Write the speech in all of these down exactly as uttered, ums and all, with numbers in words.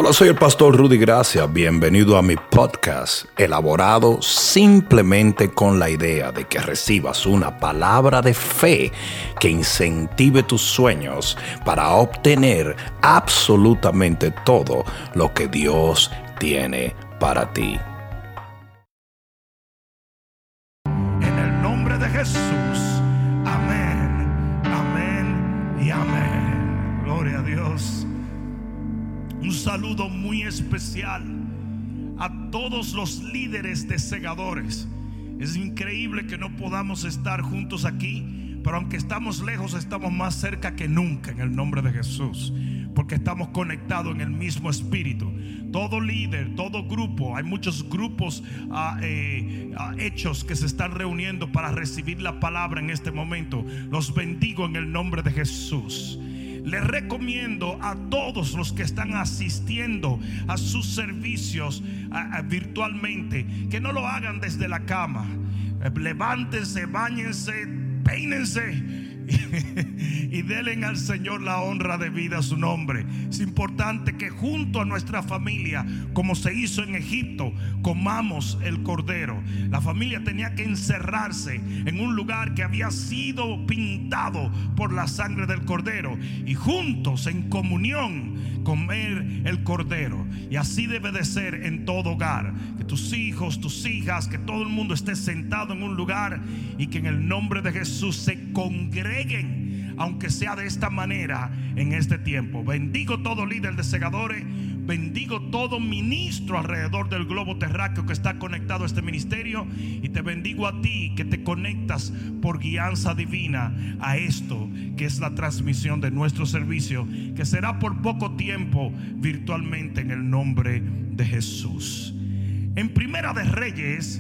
Hola, soy el pastor Rudy Gracia. Bienvenido a mi podcast, elaborado simplemente con la idea de que recibas una palabra de fe que incentive tus sueños para obtener absolutamente todo lo que Dios tiene para ti. En el nombre de Jesús, amén, amén y amén. Gloria a Dios. Un saludo muy especial a todos los líderes de segadores. Es increíble que no podamos estar juntos aquí, pero aunque estamos lejos, estamos más cerca que nunca en el nombre de Jesús, porque estamos conectados en el mismo espíritu. Todo líder, todo grupo, hay muchos grupos uh, eh, uh, hechos que se están reuniendo para recibir la palabra en este momento. Los bendigo en el nombre de Jesús. Les recomiendo a todos los que están asistiendo a sus servicios a, a, virtualmente, que no lo hagan desde la cama. Eh, levántense, báñense, peínense y denle al Señor la honra debida a su nombre. Es importante que junto a nuestra familia, como se hizo en Egipto, comamos el cordero. La familia tenía que encerrarse en un lugar que había sido pintado por la sangre del cordero y juntos en comunión comer el cordero. Y así debe de ser en todo hogar, que tus hijos, tus hijas, que todo el mundo esté sentado en un lugar y que en el nombre de Jesús se congreguen, aunque sea de esta manera en este tiempo. Bendigo todo líder de segadores, bendigo todo ministro alrededor del globo terráqueo que está conectado a este ministerio, y te bendigo a ti que te conectas por guianza divina a esto que es la transmisión de nuestro servicio, que será por poco tiempo virtualmente en el nombre de Jesús. En Primera de Reyes,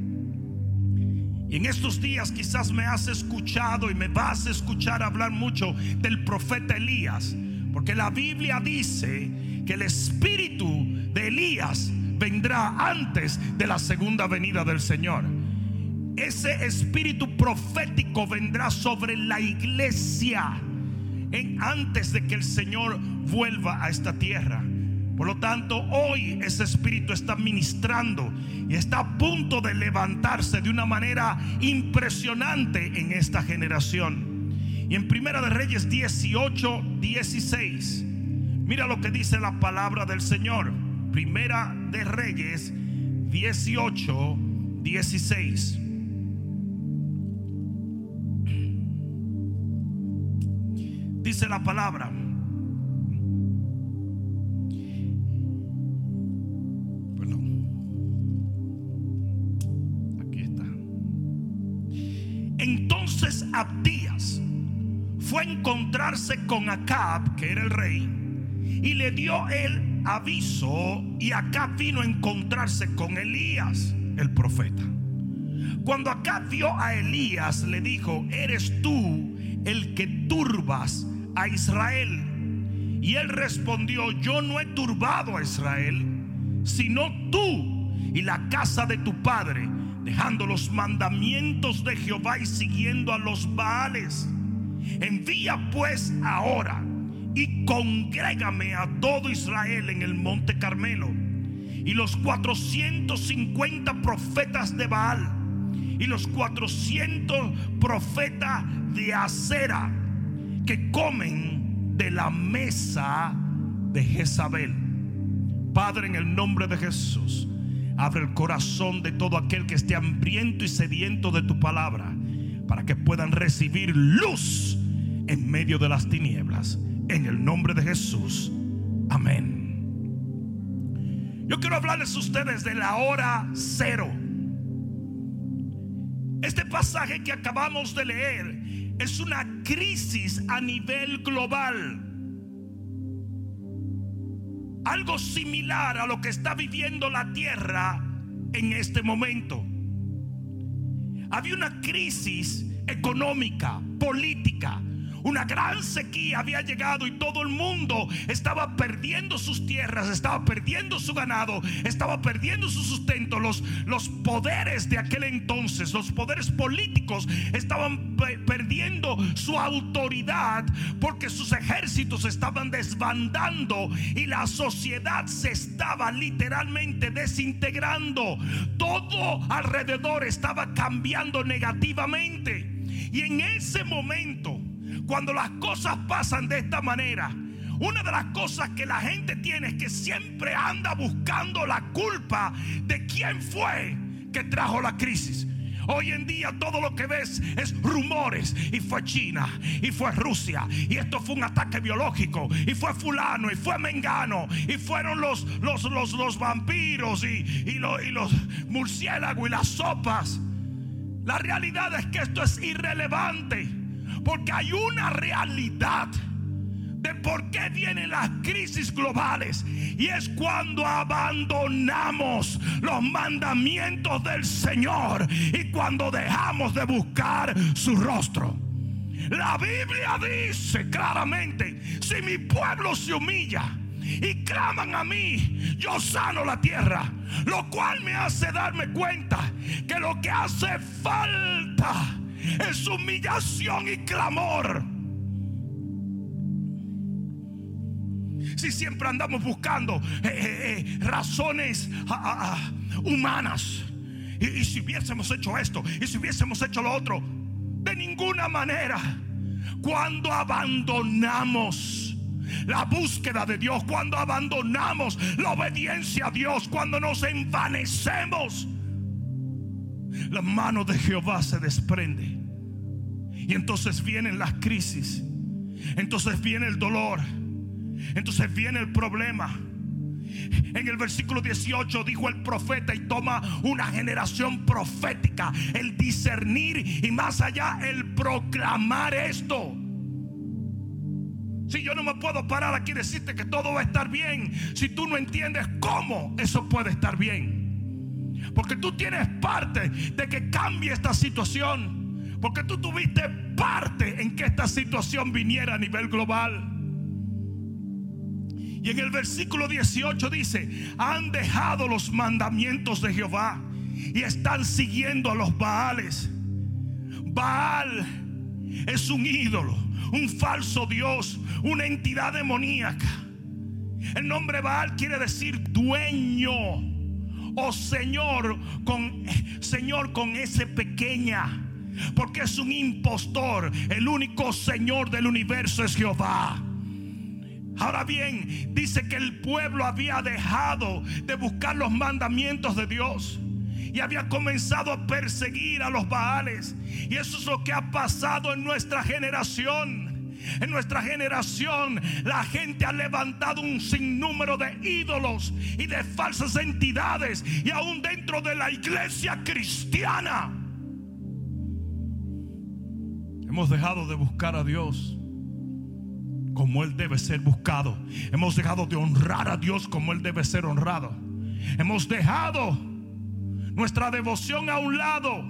y en estos días quizás me has escuchado y me vas a escuchar hablar mucho del profeta Elías, porque la Biblia dice que el espíritu de Elías vendrá antes de la segunda venida del Señor. Ese espíritu profético vendrá sobre la iglesia en, antes de que el Señor vuelva a esta tierra. Por lo tanto, hoy ese espíritu está ministrando y está a punto de levantarse de una manera impresionante en esta generación. Y en Primera de Reyes dieciocho, dieciséis, mira lo que dice la palabra del Señor. Primera de Reyes dieciocho, dieciséis. Dice la palabra: entonces Abdías fue a encontrarse con Acab, que era el rey, y le dio el aviso, y Acab vino a encontrarse con Elías, el profeta. Cuando Acab vio a Elías, le dijo: ¿eres tú el que turbas a Israel? Y él respondió: yo no he turbado a Israel, sino tú y la casa de tu padre, dejando los mandamientos de Jehová y siguiendo a los Baales. Envía pues ahora y congrégame a todo Israel en el monte Carmelo, y los cuatrocientos cincuenta profetas de Baal y los cuatrocientos profetas de Acera, que comen de la mesa de Jezabel. Padre, en el nombre de Jesús, abre el corazón de todo aquel que esté hambriento y sediento de tu palabra, para que puedan recibir luz en medio de las tinieblas. En el nombre de Jesús, amén. Yo quiero hablarles a ustedes de la hora cero. Este pasaje que acabamos de leer es una crisis a nivel global, algo similar a lo que está viviendo la tierra en este momento. Había una crisis económica, política, Una gran sequía había llegado y todo el mundo estaba perdiendo sus tierras, estaba perdiendo su ganado, estaba perdiendo su sustento. Los, los poderes de aquel entonces, los poderes políticos, estaban pe- perdiendo su autoridad porque sus ejércitos estaban desbandando y la sociedad se estaba literalmente desintegrando. Todo alrededor estaba cambiando negativamente. Y en ese momento, cuando las cosas pasan de esta manera, una de las cosas que la gente tiene es que siempre anda buscando la culpa de quién fue que trajo la crisis. Hoy en día todo lo que ves es rumores, y fue China, y fue Rusia, y esto fue un ataque biológico, y fue fulano, y fue mengano, y fueron los, los, los, los vampiros y, y, lo, y los murciélagos y las sopas. La realidad es que esto es irrelevante, porque hay una realidad de por qué vienen las crisis globales, y es cuando abandonamos los mandamientos del Señor y cuando dejamos de buscar su rostro. La Biblia dice claramente: si mi pueblo se humilla y claman a mí, yo sano la tierra. Lo cual me hace darme cuenta que lo que hace falta es humillación y clamor. Si siempre andamos buscando eh, eh, eh, razones ah, ah, humanas, y, y si hubiésemos hecho esto, y si hubiésemos hecho lo otro, de ninguna manera. Cuando abandonamos la búsqueda de Dios, cuando abandonamos la obediencia a Dios, cuando nos envanecemos, la mano de Jehová se desprende. Y entonces vienen las crisis, entonces viene el dolor, entonces viene el problema. En el versículo dieciocho dijo el profeta, y toma una generación profética el discernir y más allá el proclamar esto. Si yo no me puedo parar aquí y decirte que todo va a estar bien, si tú no entiendes cómo eso puede estar bien, porque tú tienes parte de que cambie esta situación, porque tú tuviste parte en que esta situación viniera a nivel global. Y en el versículo dieciocho dice: han dejado los mandamientos de Jehová y están siguiendo a los Baales. Baal es un ídolo, un falso dios, una entidad demoníaca. El nombre Baal quiere decir dueño o señor con, señor con S pequeña, porque es un impostor. El único Señor del universo es Jehová. Ahora bien, dice que el pueblo había dejado de buscar los mandamientos de Dios y había comenzado a perseguir a los Baales. Y eso es lo que ha pasado en nuestra generación. En nuestra generación la gente ha levantado un sinnúmero de ídolos y de falsas entidades, y aún dentro de la iglesia cristiana hemos dejado de buscar a Dios como Él debe ser buscado. Hemos dejado de honrar a Dios como Él debe ser honrado. Hemos dejado nuestra devoción a un lado.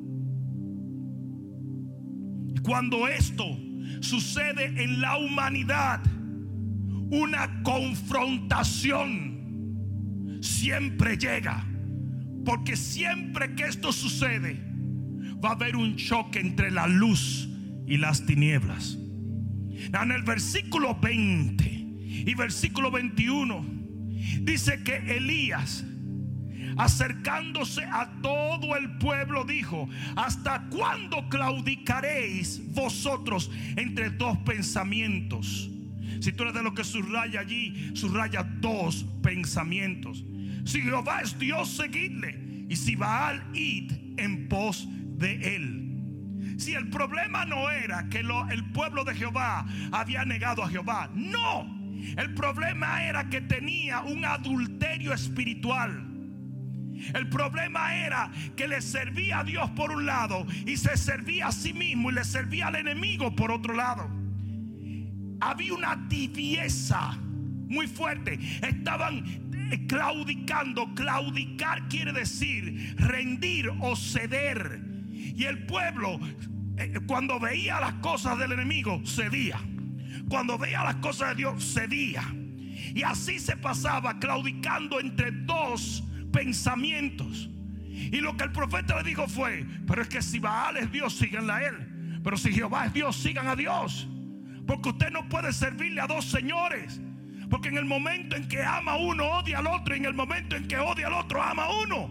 Y cuando esto sucede en la humanidad, una confrontación siempre llega, porque siempre que esto sucede va a haber un choque entre la luz y las tinieblas. En el versículo veinte y versículo veintiuno dice que Elías, acercándose a todo el pueblo, dijo: ¿hasta cuándo claudicaréis vosotros entre dos pensamientos? Si tú eres de los que subraya allí, subraya dos pensamientos. Si Jehová es Dios, seguidle, y si Baal, id en pos de él. Si el problema no era que lo, el pueblo de Jehová había negado a Jehová, no. El problema era que tenía un adulterio espiritual. El problema era que le servía a Dios por un lado y se servía a sí mismo y le servía al enemigo por otro lado. Había una tibieza muy fuerte. Estaban claudicando. Claudicar quiere decir rendir o ceder. Y el pueblo cuando veía las cosas del enemigo, cedía. Cuando veía las cosas de Dios, cedía. Y así se pasaba claudicando entre dos pensamientos. Y lo que el profeta le dijo fue: pero es que si Baal es Dios, síganle a él. Pero si Jehová es Dios, sigan a Dios. Porque usted no puede servirle a dos señores. Porque en el momento en que ama a uno, odia al otro. Y en el momento en que odia al otro, ama a uno.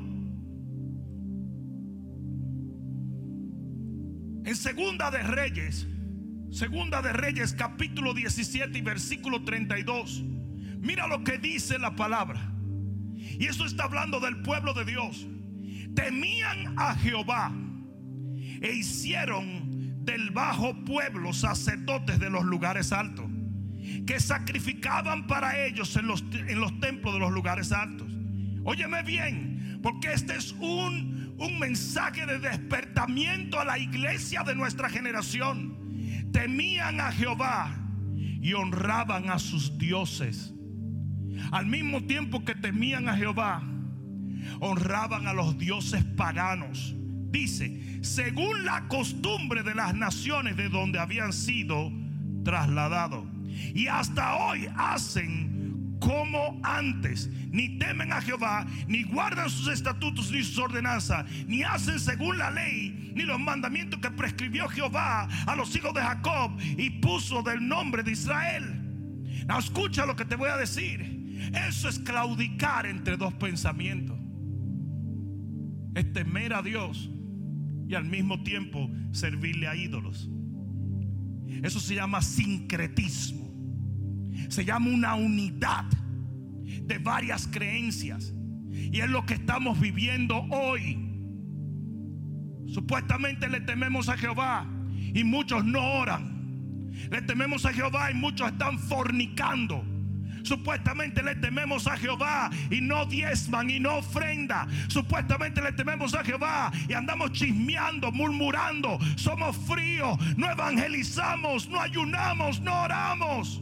En Segunda de Reyes, Segunda de Reyes capítulo diecisiete y versículo treinta y dos, mira lo que dice la palabra. Y eso está hablando del pueblo de Dios. Temían a Jehová e hicieron del bajo pueblo sacerdotes de los lugares altos, que sacrificaban para ellos en los, en los templos de los lugares altos. Óyeme bien, porque este es un, un mensaje de despertamiento a la iglesia de nuestra generación. Temían a Jehová y honraban a sus dioses. Al mismo tiempo que temían a Jehová, honraban a los dioses paganos. Dice, según la costumbre de las naciones de donde habían sido trasladados. Y hasta hoy hacen como antes. Ni temen a Jehová, ni guardan sus estatutos ni sus ordenanzas, ni hacen según la ley, ni los mandamientos que prescribió Jehová a los hijos de Jacob y puso del nombre de Israel. Now, escucha lo que te voy a decir. Eso es claudicar entre dos pensamientos. Es temer a Dios y al mismo tiempo servirle a ídolos. Eso se llama sincretismo. Se llama una unidad de varias creencias. Y es lo que estamos viviendo hoy. Supuestamente le tememos a Jehová y muchos no oran. Le tememos a Jehová y muchos están fornicando. Supuestamente le tememos a Jehová y no diezman y no ofrenda. Supuestamente le tememos a Jehová y andamos chismeando, murmurando. Somos fríos, no evangelizamos, no ayunamos, no oramos.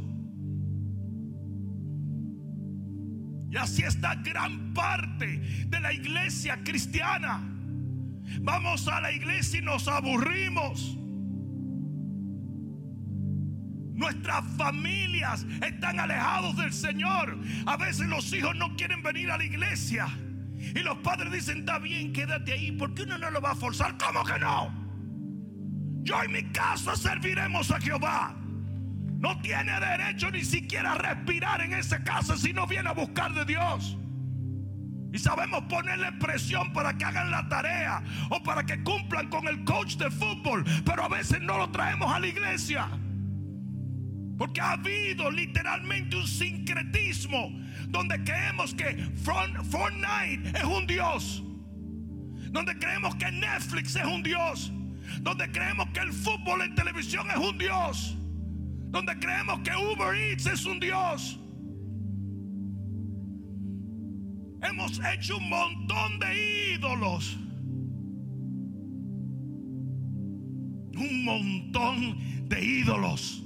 Y así está gran parte de la iglesia cristiana. Vamos a la iglesia y nos aburrimos. Nuestras familias están alejados del Señor. A veces los hijos no quieren venir a la iglesia y los padres dicen: está bien, quédate ahí, porque uno no lo va a forzar. ¿Cómo que no? Yo en mi casa serviremos a Jehová. No tiene derecho ni siquiera a respirar en esa casa si no viene a buscar de Dios. Y sabemos ponerle presión para que hagan la tarea o para que cumplan con el coach de fútbol, pero a veces no lo traemos a la iglesia. Porque ha habido literalmente un sincretismo donde creemos que Fortnite es un Dios, donde creemos que Netflix es un Dios, donde creemos que el fútbol en televisión es un Dios, donde creemos que Uber Eats es un Dios. Hemos hecho un montón de ídolos, un montón de ídolos.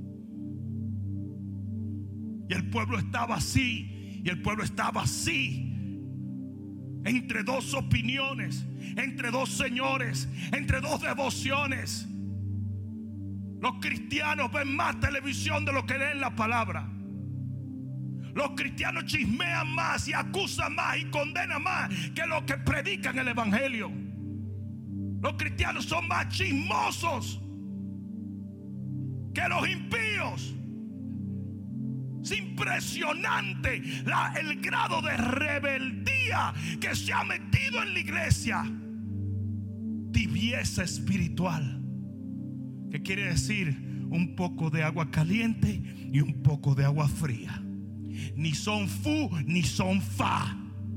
Y el pueblo estaba así, y el pueblo estaba así, entre dos opiniones, entre dos señores, entre dos devociones. Los cristianos ven más televisión de lo que leen la palabra. Los cristianos chismean más y acusan más y condenan más que lo que predican el evangelio. Los cristianos son más chismosos que los impíos. Es impresionante la, el grado de rebeldía que se ha metido en la iglesia. Tibieza espiritual, que quiere decir un poco de agua caliente y un poco de agua fría. Ni son fu ni son fa.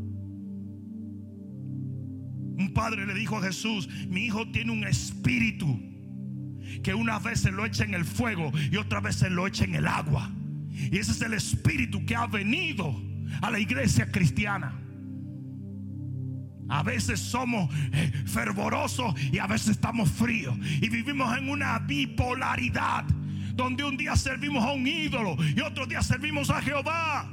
Un padre le dijo a Jesús: mi hijo tiene un espíritu que unas veces lo echa en el fuego y otras veces lo echa en el agua. Y ese es el espíritu que ha venido a la iglesia cristiana. A veces somos eh, fervorosos y a veces estamos fríos. Y vivimos en una bipolaridad, donde un día servimos a un ídolo y otro día servimos a Jehová.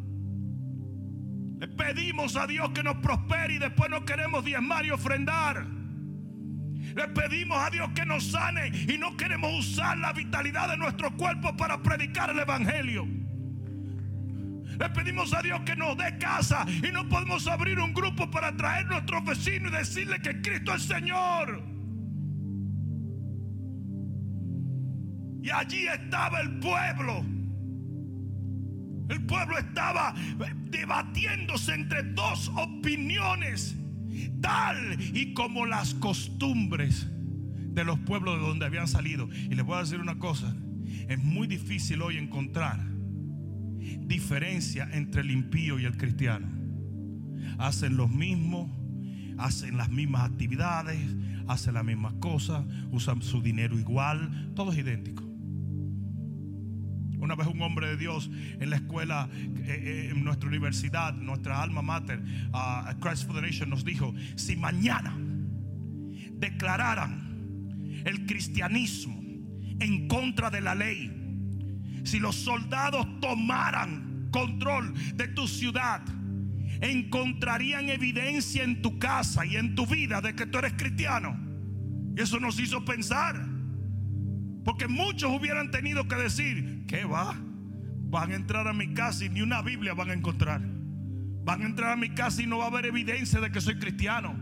Le pedimos a Dios que nos prospere y después no queremos diezmar y ofrendar. Le pedimos a Dios que nos sane y no queremos usar la vitalidad de nuestro cuerpo para predicar el evangelio. Le pedimos a Dios que nos dé casa y no podemos abrir un grupo para traer a nuestros vecinos y decirle que Cristo es Señor. Y allí estaba el pueblo. El pueblo estaba debatiéndose entre dos opiniones, tal y como las costumbres de los pueblos de donde habían salido. Y les voy a decir una cosa: es muy difícil hoy encontrar diferencia entre el impío y el cristiano. Hacen lo mismo, hacen las mismas actividades, hacen las mismas cosas, usan su dinero igual, todo es idéntico. Una vez un hombre de Dios en la escuela, eh, en nuestra universidad, nuestra alma mater, uh, Christ for the Nation, nos dijo: si mañana declararan el cristianismo en contra de la ley, si los soldados tomaran control de tu ciudad, encontrarían evidencia en tu casa y en tu vida de que tú eres cristiano. Y eso nos hizo pensar, porque muchos hubieran tenido que decir: ¿qué va? Van a entrar a mi casa y ni una Biblia van a encontrar. Van a entrar a mi casa y no va a haber evidencia de que soy cristiano.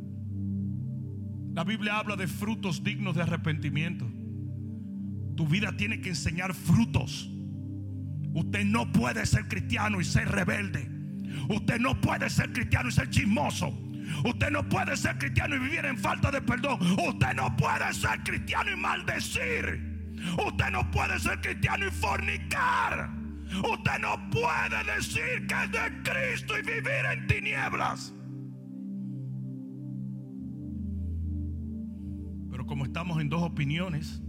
La Biblia habla de frutos dignos de arrepentimiento. Tu vida tiene que enseñar frutos. Usted no puede ser cristiano y ser rebelde. Usted no puede ser cristiano y ser chismoso. Usted no puede ser cristiano y vivir en falta de perdón. Usted no puede ser cristiano y maldecir. Usted no puede ser cristiano y fornicar. Usted no puede decir que es de Cristo y vivir en tinieblas. Pero como estamos en dos opiniones,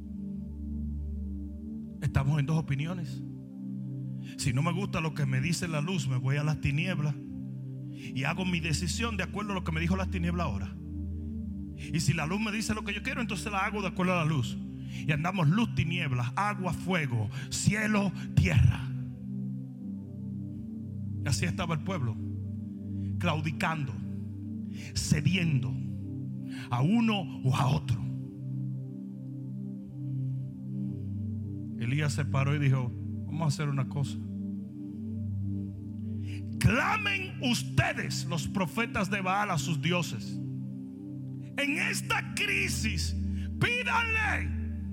Estamos en dos opiniones. Si no me gusta lo que me dice la luz, me voy a las tinieblas y hago mi decisión de acuerdo a lo que me dijo las tinieblas ahora. Y si la luz me dice lo que yo quiero, entonces la hago de acuerdo a la luz. Y andamos luz, tinieblas, agua, fuego, cielo, tierra. Y así estaba el pueblo, claudicando, cediendo a uno o a otro. Elías se paró y dijo: vamos a hacer una cosa. Clamen ustedes, los profetas de Baal, a sus dioses. En esta crisis, pídanle.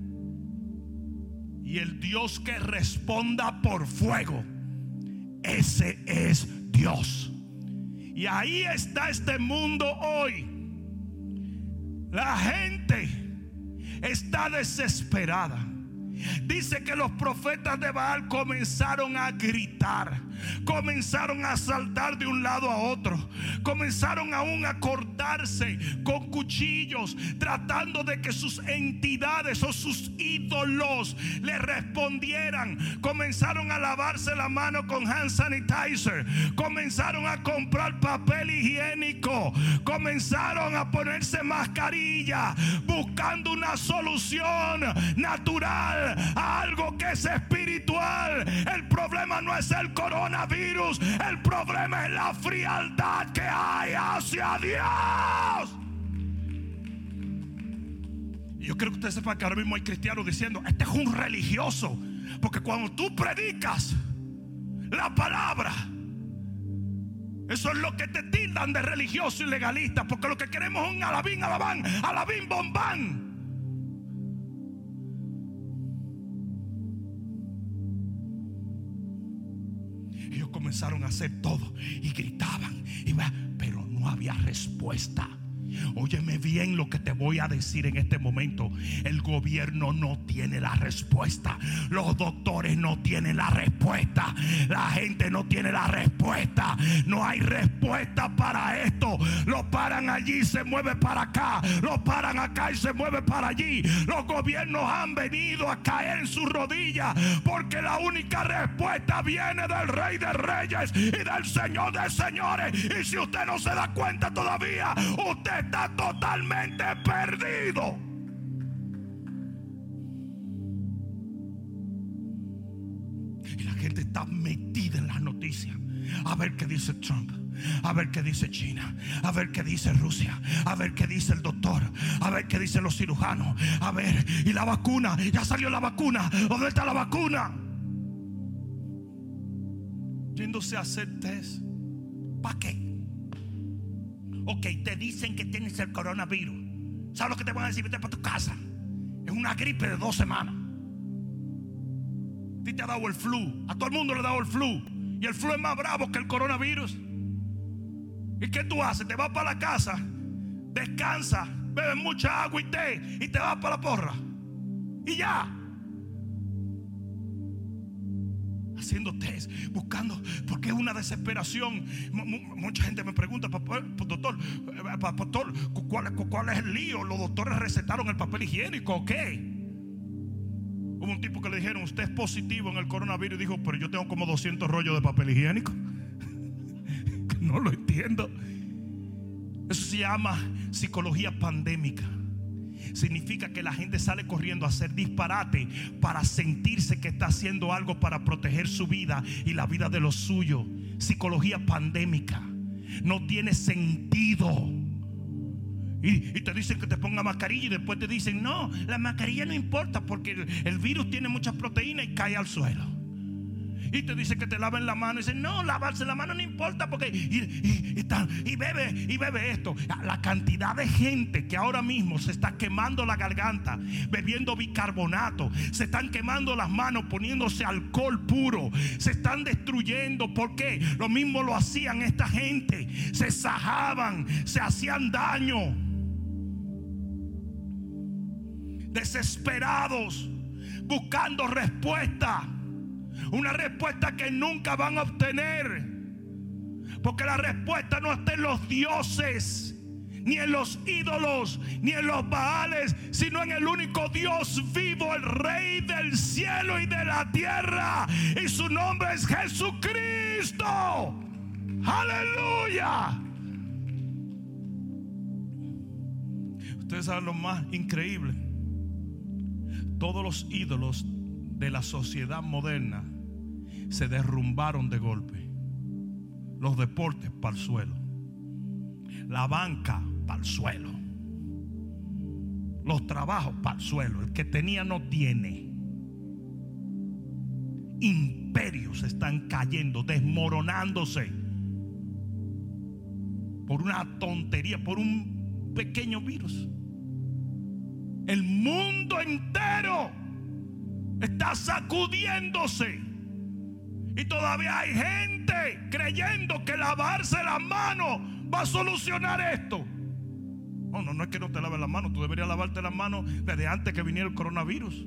Y el Dios que responda por fuego, ese es Dios. Y ahí está este mundo hoy. La gente está desesperada. Dice que los profetas de Baal comenzaron a gritar, comenzaron a saltar de un lado a otro, comenzaron aún a cortarse con cuchillos, tratando de que sus entidades o sus ídolos le respondieran. Comenzaron a lavarse la mano con hand sanitizer, comenzaron a comprar papel higiénico, comenzaron a ponerse mascarilla, buscando una solución natural a algo que es espiritual. El problema no es el coronavirus, el problema es la frialdad que hay hacia Dios. Y yo creo que usted sepa que ahora mismo hay cristianos diciendo: este es un religioso, porque cuando tú predicas la palabra, eso es lo que te tildan de religioso y legalista, porque lo que queremos es un alabín, alabán, alabín, bombán. Ellos comenzaron a hacer todo y gritaban, y va, pero no había respuesta. Óyeme bien lo que te voy a decir en este momento. El gobierno no tiene la respuesta. Los doctores no tienen la respuesta. La gente no tiene la respuesta. No hay respuesta para esto. Lo paran allí, se mueve para acá. Lo paran acá y se mueve para allí. Los gobiernos han venido a caer en sus rodillas, porque la única respuesta viene del Rey de Reyes y del Señor de Señores. Y si usted no se da cuenta todavía, usted está totalmente perdido. Y la gente está metida en las noticias a ver qué dice Trump, a ver qué dice China, a ver qué dice Rusia, a ver qué dice el doctor, a ver qué dicen los cirujanos, a ver, y la vacuna, ya salió la vacuna, ¿dónde está la vacuna? Yéndose a hacer test. ¿Para qué? Ok, te dicen que tienes el coronavirus. ¿Sabes lo que te van a decir? Vete para tu casa. Es una gripe de dos semanas. A ti te ha dado el flu. A todo el mundo le ha dado el flu. Y el flu es más bravo que el coronavirus. ¿Y qué tú haces? Te vas para la casa, descansas, bebes mucha agua y té, y te vas para la porra. Y ya. Haciendo test, buscando, porque es una desesperación. Mucha gente me pregunta, doctor, pastor, ¿cuál, ¿cuál es el lío? ¿Los doctores recetaron el papel higiénico o qué? Hubo un tipo que le dijeron, usted es positivo en el coronavirus, y dijo, pero yo tengo como doscientos rollos de papel higiénico. No lo entiendo. Eso se llama psicología pandémica. Significa que la gente sale corriendo a hacer disparate para sentirse que está haciendo algo para proteger su vida y la vida de los suyos. Psicología pandémica. No tiene sentido. Y, y te dicen que te ponga mascarilla y después te dicen, no, la mascarilla no importa porque el, el virus tiene muchas proteínas y cae al suelo. Y te dice que te laven la mano y dicen, no, lavarse la mano no importa porque y, y, y, tal, y bebe y bebe esto. La cantidad de gente que ahora mismo se está quemando la garganta bebiendo bicarbonato, se están quemando las manos poniéndose alcohol puro, se están destruyendo. ¿Por qué? Lo mismo lo hacían esta gente. Se sajaban, se hacían daño, desesperados, buscando respuesta. Una respuesta que nunca van a obtener, porque la respuesta no está en los dioses, ni en los ídolos, ni en los baales, sino en el único Dios vivo, el Rey del cielo y de la tierra, y su nombre es Jesucristo. ¡Aleluya! Ustedes saben lo más increíble. Todos los ídolos de la sociedad moderna se derrumbaron de golpe. Los deportes para el suelo, la banca para el suelo, los trabajos para el suelo. El que tenía no tiene. Imperios están cayendo, desmoronándose por una tontería, por un pequeño virus. El mundo entero está sacudiéndose. Y todavía hay gente creyendo que lavarse las manos va a solucionar esto. No, no, no es que no te laves las manos. Tú deberías lavarte las manos desde antes que viniera el coronavirus.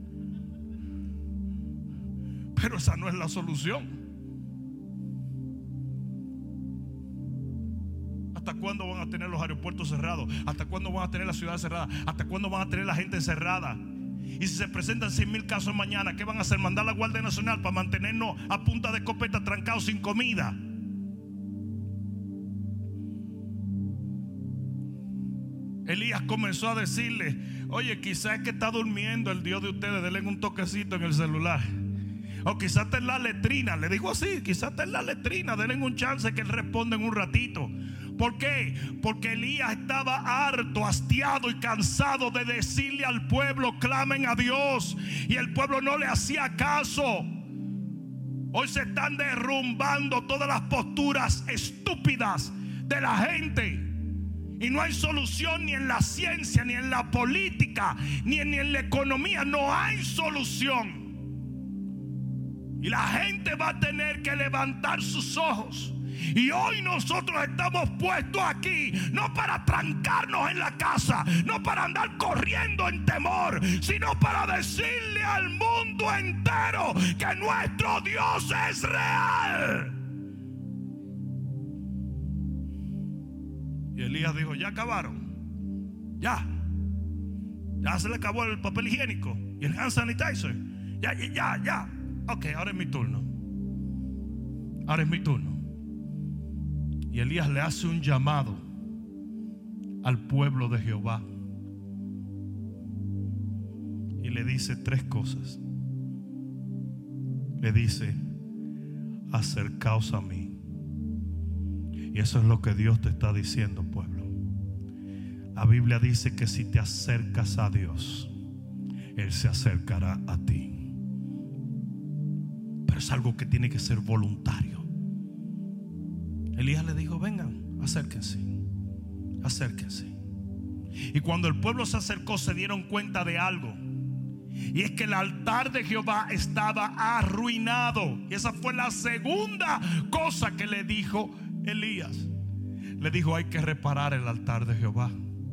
Pero esa no es la solución. ¿Hasta cuándo van a tener los aeropuertos cerrados? ¿Hasta cuándo van a tener las ciudades cerradas? ¿Hasta cuándo van a tener la gente encerrada? Y si se presentan cien mil casos mañana, ¿qué van a hacer? ¿Mandar a la Guardia Nacional para mantenernos a punta de escopeta trancados sin comida? Elías comenzó a decirle, oye, quizás es que está durmiendo el Dios de ustedes, denle un toquecito en el celular. O quizás está en la letrina. Le digo así, quizás está en la letrina, denle un chance que él responda en un ratito. ¿Por qué? Porque Elías estaba harto, hastiado y cansado de decirle al pueblo, clamen a Dios, y el pueblo no le hacía caso. Hoy se están derrumbando todas las posturas estúpidas de la gente. Y no hay solución ni en la ciencia, ni en la política, ni en, ni en la economía. No hay solución. Y la gente va a tener que levantar sus ojos. Y hoy nosotros estamos puestos aquí, no para trancarnos en la casa, no para andar corriendo en temor, sino para decirle al mundo entero que nuestro Dios es real. Y Elías dijo, ya acabaron. Ya. Ya se le acabó el papel higiénico y el hand sanitizer. Ya, ya, ya, ya. Ok, ahora es mi turno. Ahora es mi turno. Y Elías le hace un llamado al pueblo de Jehová y le dice tres cosas. Le dice, acercaos a mí. Y eso es lo que Dios te está diciendo, pueblo. La Biblia dice que si te acercas a Dios, Él se acercará a ti. Pero es algo que tiene que ser voluntario. Elías le dijo: vengan, acérquense, acérquense. Y cuando el pueblo se acercó, se dieron cuenta de algo. Y es que el altar de Jehová estaba arruinado. Y esa fue la segunda cosa que le dijo Elías. Le dijo: hay que reparar el altar de Jehová.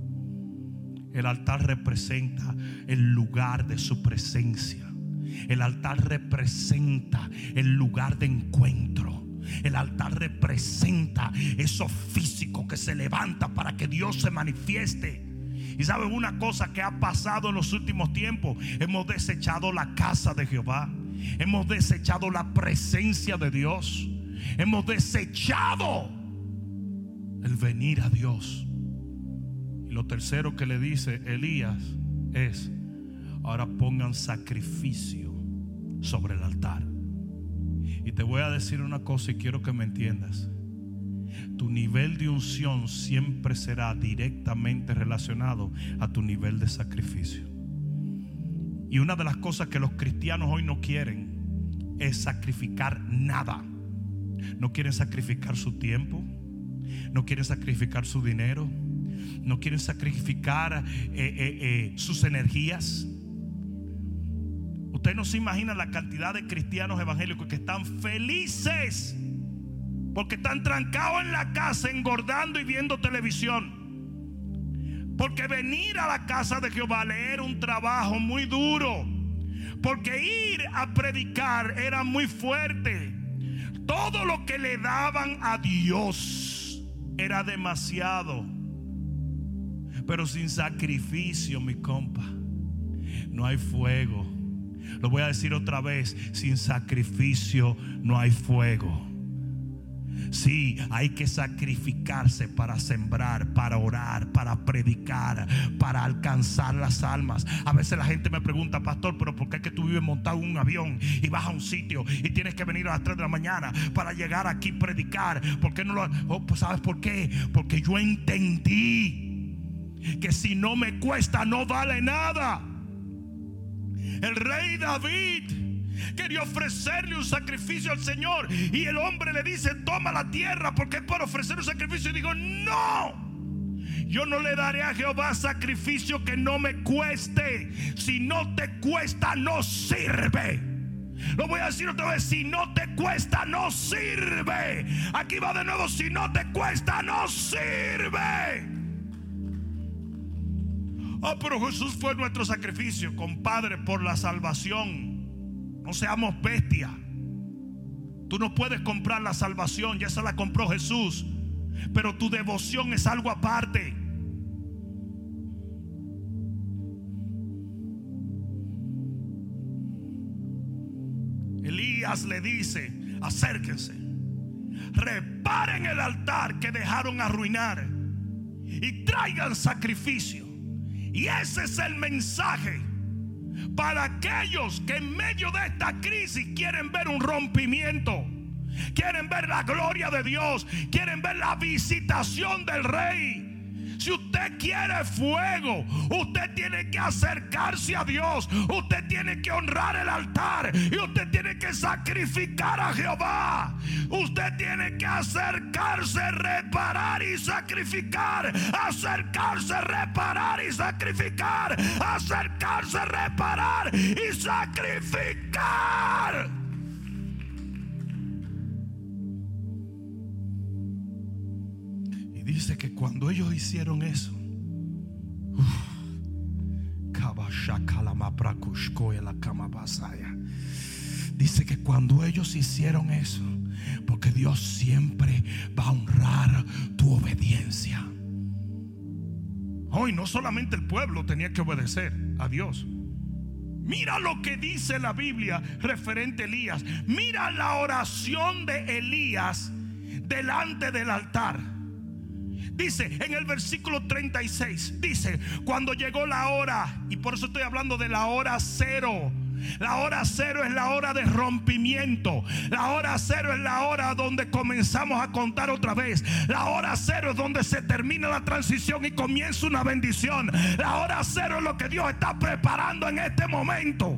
El altar representa el lugar de su presencia. El altar representa el lugar de encuentro. El altar representa eso físico que se levanta para que Dios se manifieste. Y saben una cosa que ha pasado en los últimos tiempos: hemos desechado la casa de Jehová, hemos desechado la presencia de Dios, hemos desechado el venir a Dios. Y lo tercero que le dice Elías es: ahora pongan sacrificio sobre el altar. Y te voy a decir una cosa y quiero que me entiendas. Tu nivel de unción siempre será directamente relacionado a tu nivel de sacrificio. Y una de las cosas que los cristianos hoy no quieren es sacrificar nada. No quieren sacrificar su tiempo, no quieren sacrificar su dinero, no quieren sacrificar eh, eh, eh, sus energías. Usted no se imagina la cantidad de cristianos evangélicos que están felices porque están trancados en la casa, engordando y viendo televisión. Porque venir a la casa de Jehová a leer un trabajo muy duro, porque ir a predicar era muy fuerte. Todo lo que le daban a Dios era demasiado. Pero sin sacrificio, mi compa, no hay fuego. Lo voy a decir otra vez: sin sacrificio no hay fuego. Sí, hay que sacrificarse para sembrar, para orar, para predicar, para alcanzar las almas. A veces la gente me pregunta: pastor, pero ¿por qué es que tú vives montado en un avión y vas a un sitio y tienes que venir a las tres de la mañana para llegar aquí a predicar? ¿Por qué no lo? Oh, pues ¿sabes por qué? Porque yo entendí que si no me cuesta no vale nada. El rey David quería ofrecerle un sacrificio al Señor, y el hombre le dice: toma la tierra porque es para ofrecer un sacrificio. Y digo: no, yo no le daré a Jehová sacrificio que no me cueste. Si no te cuesta, no sirve. Lo voy a decir otra vez: si no te cuesta, no sirve. Aquí va de nuevo: si no te cuesta, no sirve. Oh, pero Jesús fue nuestro sacrificio, compadre, por la salvación. No seamos bestias. Tú no puedes comprar la salvación, ya se la compró Jesús. Pero tu devoción es algo aparte. Elías le dice: acérquense, reparen el altar que dejaron arruinar y traigan sacrificio. Y ese es el mensaje para aquellos que en medio de esta crisis quieren ver un rompimiento, quieren ver la gloria de Dios, quieren ver la visitación del Rey. Si usted quiere fuego, usted tiene que acercarse a Dios. Usted tiene que honrar el altar y usted tiene que sacrificar a Jehová. Usted tiene que acercarse, reparar y sacrificar. Acercarse, reparar y sacrificar. Acercarse, reparar y sacrificar. Dice que cuando ellos hicieron eso, dice que cuando ellos hicieron eso, porque Dios siempre va a honrar tu obediencia. Hoy no solamente el pueblo tenía que obedecer a Dios. Mira lo que dice la Biblia referente a Elías. Mira la oración de Elías delante del altar. Dice en el versículo treinta y seis, dice: cuando llegó la hora, y por eso estoy hablando de la hora cero, La hora cero es la hora de rompimiento. La hora cero es la hora donde comenzamos a contar otra vez. La hora cero es donde se termina la transición y comienza una bendición. La hora cero es lo que Dios está preparando en este momento.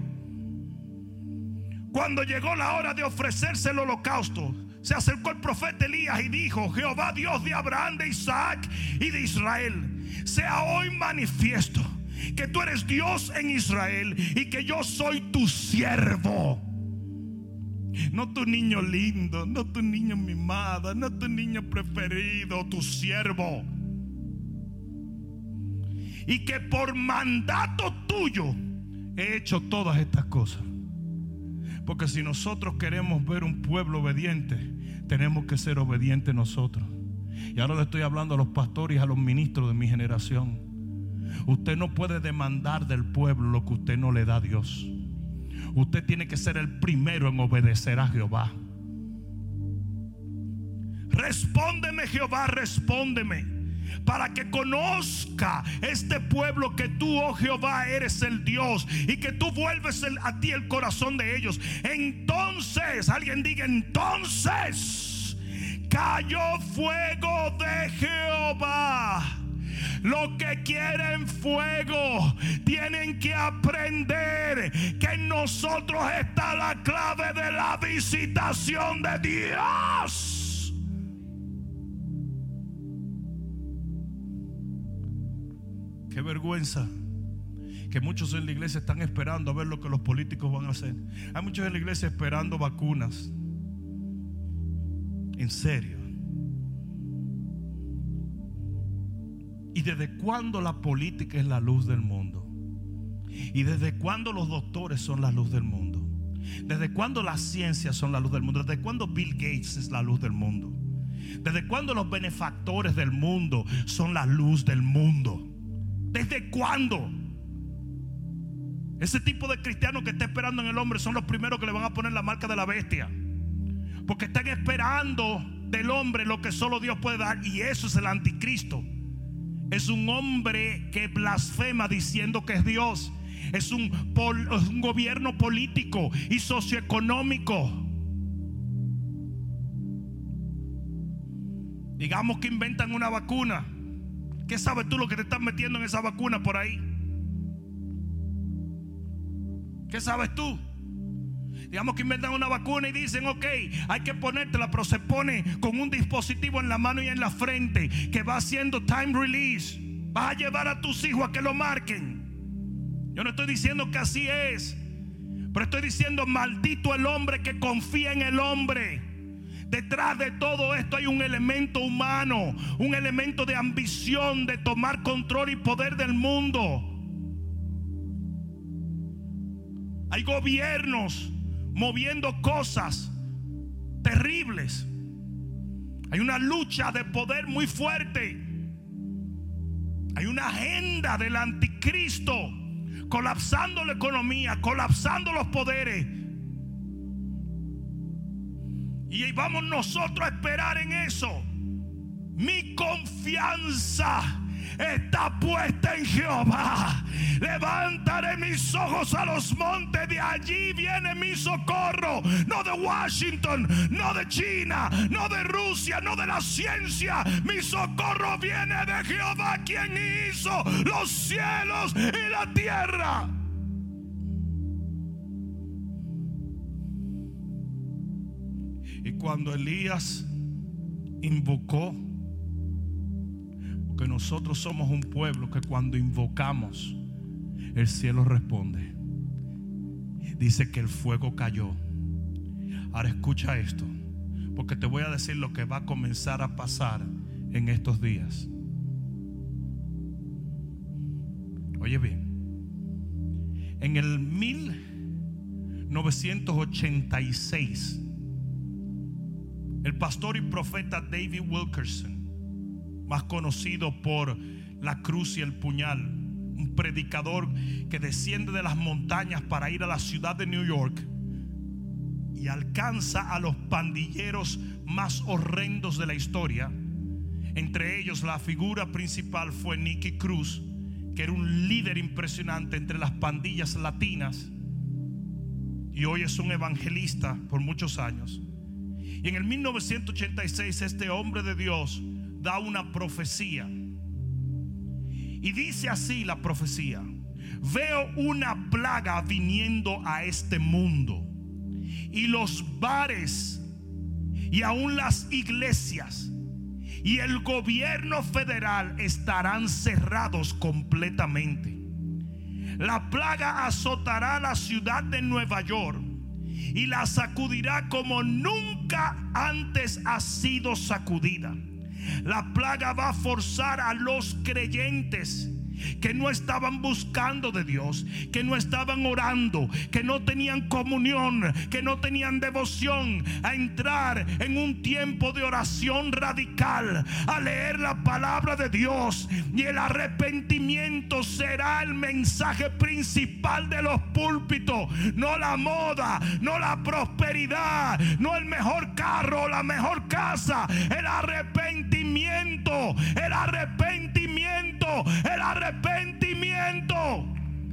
Cuando llegó la hora de ofrecerse el holocausto, se acercó el profeta Elías y dijo: Jehová Dios de Abraham, de Isaac y de Israel, sea hoy manifiesto que tú eres Dios en Israel y que yo soy tu siervo. No tu niño lindo, no tu niño mimado, no tu niño preferido, tu siervo. Y que por mandato tuyo he hecho todas estas cosas. Porque si nosotros queremos ver un pueblo obediente, tenemos que ser obedientes nosotros. Y ahora le estoy hablando a los pastores y a los ministros de mi generación. Usted no puede demandar del pueblo lo que usted no le da a Dios. Usted tiene que ser el primero en obedecer a Jehová. Respóndeme, Jehová, respóndeme, para que conozca este pueblo que tú, oh Jehová, eres el Dios y que tú vuelves el, a ti el corazón de ellos. Entonces, alguien diga entonces, cayó fuego de Jehová. Los que quieren fuego tienen que aprender que en nosotros está la clave de la visitación de Dios. Qué vergüenza que muchos en la iglesia están esperando a ver lo que los políticos van a hacer. Hay muchos en la iglesia esperando vacunas. En serio. ¿Y desde cuándo la política es la luz del mundo? ¿Y desde cuándo los doctores son la luz del mundo? ¿Desde cuándo las ciencias son la luz del mundo? ¿Desde cuándo Bill Gates es la luz del mundo? ¿Desde cuándo los benefactores del mundo son la luz del mundo? ¿Desde cuándo? Ese tipo de cristianos que está esperando en el hombre son los primeros que le van a poner la marca de la bestia, porque están esperando del hombre lo que solo Dios puede dar. Y eso es el anticristo. Es un hombre que blasfema diciendo que es Dios. Es un, pol, es un gobierno político y socioeconómico. Digamos que inventan una vacuna. ¿Qué sabes tú lo que te están metiendo en esa vacuna por ahí? ¿Qué sabes tú? Digamos que inventan una vacuna y dicen: ok, hay que ponértela, pero se pone con un dispositivo en la mano y en la frente que va haciendo time release. Vas a llevar a tus hijos a que lo marquen. Yo no estoy diciendo que así es, pero estoy diciendo: maldito el hombre que confía en el hombre. Detrás de todo esto hay un elemento humano, un elemento de ambición de tomar control y poder del mundo. Hay gobiernos moviendo cosas terribles. Hay una lucha de poder muy fuerte. Hay una agenda del anticristo colapsando la economía, colapsando los poderes. Y ahí vamos nosotros a esperar en eso. Mi confianza está puesta en Jehová. Levantaré mis ojos a los montes, de allí viene mi socorro. No de Washington, no de China, no de Rusia, no de la ciencia. Mi socorro viene de Jehová, quien hizo los cielos y la tierra. Y cuando Elías invocó, porque nosotros somos un pueblo que cuando invocamos, el cielo responde. Dice que el fuego cayó. Ahora escucha esto, porque te voy a decir lo que va a comenzar a pasar en estos días. Oye bien, en el mil novecientos ochenta y seis, el pastor y profeta David Wilkerson, más conocido por la cruz y el puñal, un predicador que desciende de las montañas para ir a la ciudad de New York y alcanza a los pandilleros más horrendos de la historia. Entre ellos, la figura principal fue Nicky Cruz, que era un líder impresionante entre las pandillas latinas. y hoy es un evangelista por muchos años. Y en el mil novecientos ochenta y seis este hombre de Dios da una profecía. Y dice así la profecía: veo una plaga viniendo a este mundo, y los bares y aún las iglesias y el gobierno federal estarán cerrados completamente. La plaga azotará la ciudad de Nueva York y la sacudirá como nunca antes ha sido sacudida. La plaga va a forzar a los creyentes que no estaban buscando de Dios, que no estaban orando, que no tenían comunión, que no tenían devoción, a entrar en un tiempo de oración radical, a leer la palabra de Dios. Y el arrepentimiento será el mensaje principal de los púlpitos, no la moda, no la prosperidad, no el mejor carro, la mejor casa. El arrepentimiento, el arrepentimiento, el arrepentimiento. Arrepentimiento.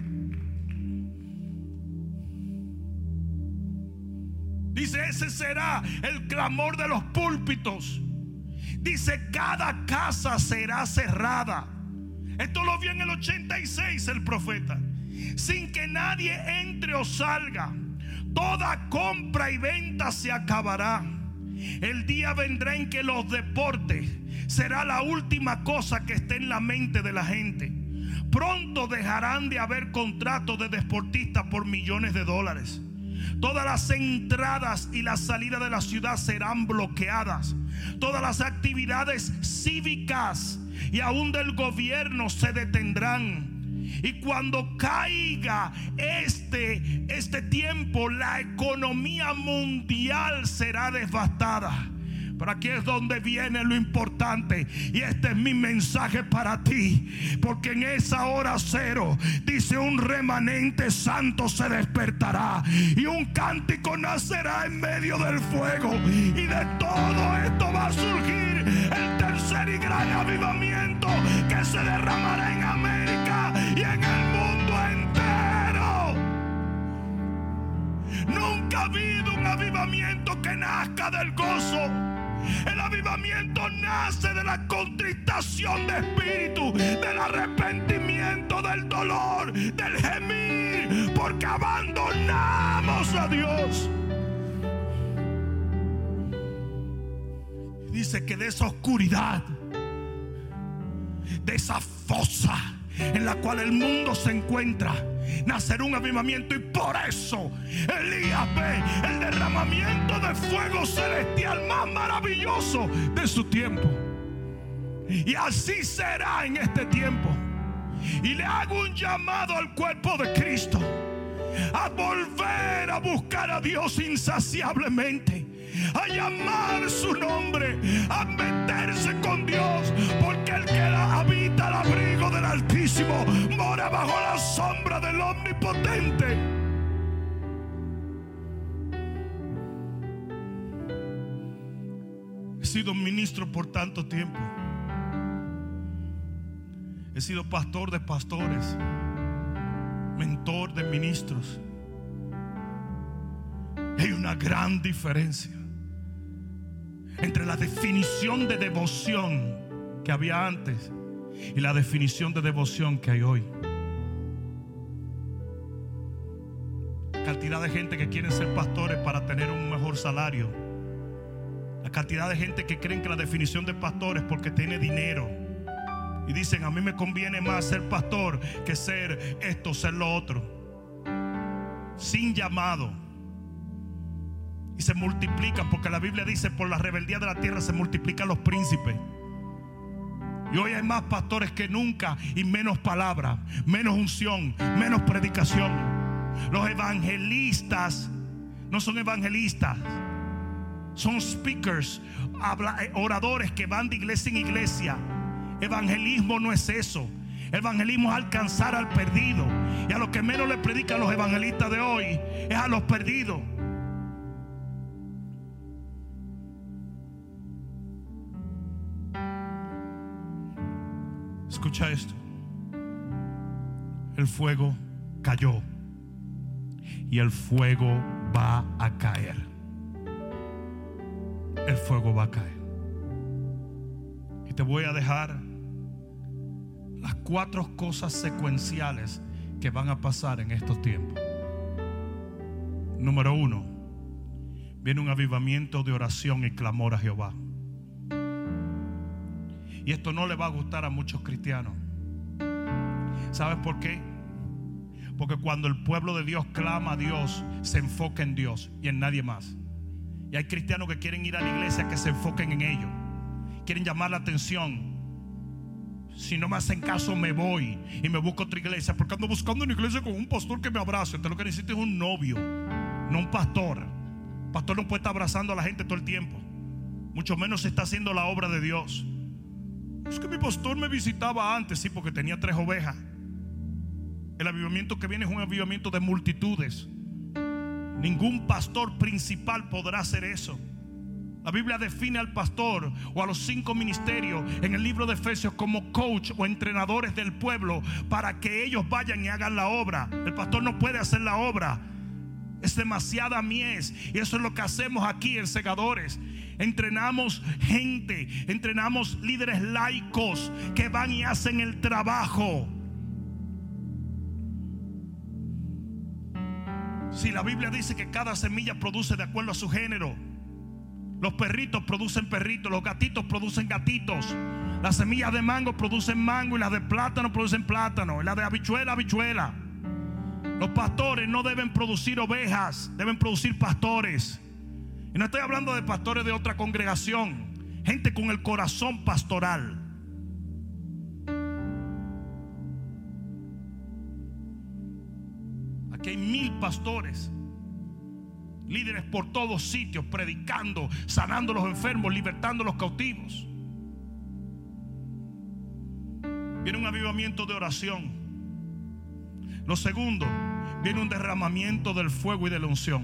Dice, ese será el clamor de los púlpitos. Dice, cada casa será cerrada. Esto lo vio en el ochenta y seis el profeta. Sin que nadie entre o salga. Toda compra y venta se acabará. El día vendrá en que los deportes será la última cosa que esté en la mente de la gente. Pronto dejarán de haber contratos de deportistas por millones de dólares. Todas las entradas y las salidas de la ciudad serán bloqueadas. Todas las actividades cívicas y aún del gobierno se detendrán. Y cuando caiga este, este tiempo, la economía mundial será devastada. Pero aquí es donde viene lo importante, y este es mi mensaje para ti, porque en esa hora cero dice, un remanente santo se despertará y un cántico nacerá en medio del fuego, y de todo esto va a surgir el tercer y gran avivamiento que se derramará en América y en el mundo entero. Nunca ha habido un avivamiento que nazca del gozo. El avivamiento nace de la contristación de espíritu, del arrepentimiento, del dolor, del gemir, porque abandonamos a Dios. Dice que de esa oscuridad, de esa fosa en la cual el mundo se encuentra, nacerá un avivamiento. Y por eso Elías ve el derramamiento de fuego celestial más maravilloso de su tiempo. Y así será en este tiempo. Y le hago un llamado al cuerpo de Cristo a volver a buscar a Dios insaciablemente, a llamar su nombre, a meterse con Dios, porque el que habita al abrigo del Altísimo mora bajo la sombra del Omnipotente. He sido ministro por tanto tiempo. He sido pastor de pastores, mentor de ministros. Hay una gran diferencia entre la definición de devoción que había antes y la definición de devoción que hay hoy. La cantidad de gente que quieren ser pastores para tener un mejor salario. La cantidad de gente que creen que la definición de pastor es porque tiene dinero. Y dicen, a mí me conviene más ser pastor que ser esto, ser lo otro. Sin llamado. Y se multiplican, porque la Biblia dice, por la rebeldía de la tierra se multiplican los príncipes. Y hoy hay más pastores que nunca, y menos palabra, menos unción, menos predicación. Los evangelistas no son evangelistas, son speakers, oradores que van de iglesia en iglesia. Evangelismo no es eso. Evangelismo es alcanzar al perdido. Y a lo que menos le predican los evangelistas de hoy es a los perdidos. Escucha esto. El fuego cayó y el fuego va a caer. El fuego va a caer. Y te voy a dejar las cuatro cosas secuenciales que van a pasar en estos tiempos. Número uno, viene un avivamiento de oración y clamor a Jehová. Y esto no le va a gustar a muchos cristianos. ¿Sabes por qué? Porque cuando el pueblo de Dios clama a Dios, se enfoca en Dios y en nadie más. Y hay cristianos que quieren ir a la iglesia que se enfoquen en ellos. Quieren llamar la atención. Si no me hacen caso, me voy y me busco otra iglesia, porque ando buscando una iglesia con un pastor que me abrace. Entonces lo que necesito es un novio, no un pastor. El pastor no puede estar abrazando a la gente todo el tiempo, mucho menos se está haciendo la obra de Dios. Es que mi pastor me visitaba antes, sí, porque tenía tres ovejas. El avivamiento que viene es un avivamiento de multitudes. Ningún pastor principal podrá hacer eso. La Biblia define al pastor o a los cinco ministerios en el libro de Efesios como coach o entrenadores del pueblo para que ellos vayan y hagan la obra. El pastor no puede hacer la obra. Es demasiada mies. Y eso es lo que hacemos aquí en Segadores. Entrenamos gente, entrenamos líderes laicos que van y hacen el trabajo. Si la Biblia dice que cada semilla produce de acuerdo a su género, los perritos producen perritos, los gatitos producen gatitos, las semillas de mango producen mango y las de plátano producen plátano, y las de habichuela, habichuela. Los pastores no deben producir ovejas, deben producir pastores. Y no estoy hablando de pastores de otra congregación, gente con el corazón pastoral. Aquí hay mil pastores, líderes por todos sitios, predicando, sanando a los enfermos, libertando a los cautivos. Viene un avivamiento de oración. Lo segundo, viene un derramamiento del fuego y de la unción.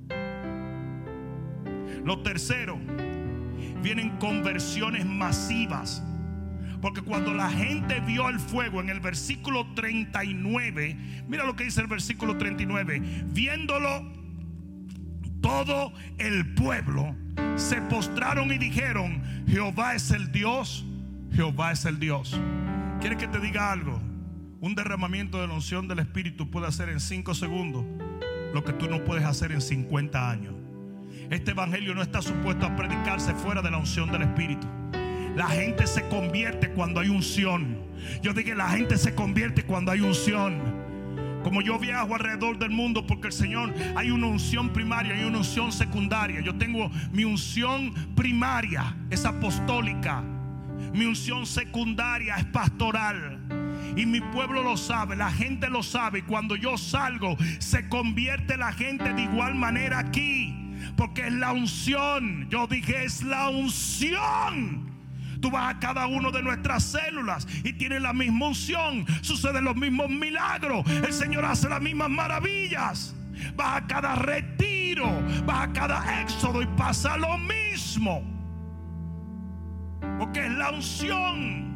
Lo tercero, vienen conversiones masivas. Porque cuando la gente vio el fuego en el versículo treinta y nueve, mira lo que dice el versículo treinta y nueve: viéndolo todo el pueblo se postraron y dijeron: Jehová es el Dios, Jehová es el Dios. ¿Quieres que te diga algo? Un derramamiento de la unción del Espíritu puede hacer en cinco segundos lo que tú no puedes hacer en cincuenta años. Este evangelio no está supuesto a predicarse fuera de la unción del Espíritu. La gente se convierte cuando hay unción. Yo dije, la gente se convierte cuando hay unción. Como yo viajo alrededor del mundo, porque el Señor, hay una unción primaria y una unción secundaria. Yo tengo mi unción primaria, es apostólica. Mi unción secundaria es pastoral. Y mi pueblo lo sabe, la gente lo sabe. Y cuando yo salgo, se convierte la gente de igual manera aquí, porque es la unción. Yo dije, es la unción. Tú vas a cada uno de nuestras células y tienes la misma unción. Suceden los mismos milagros. El Señor hace las mismas maravillas. Vas a cada retiro, vas a cada éxodo y pasa lo mismo, porque es la unción.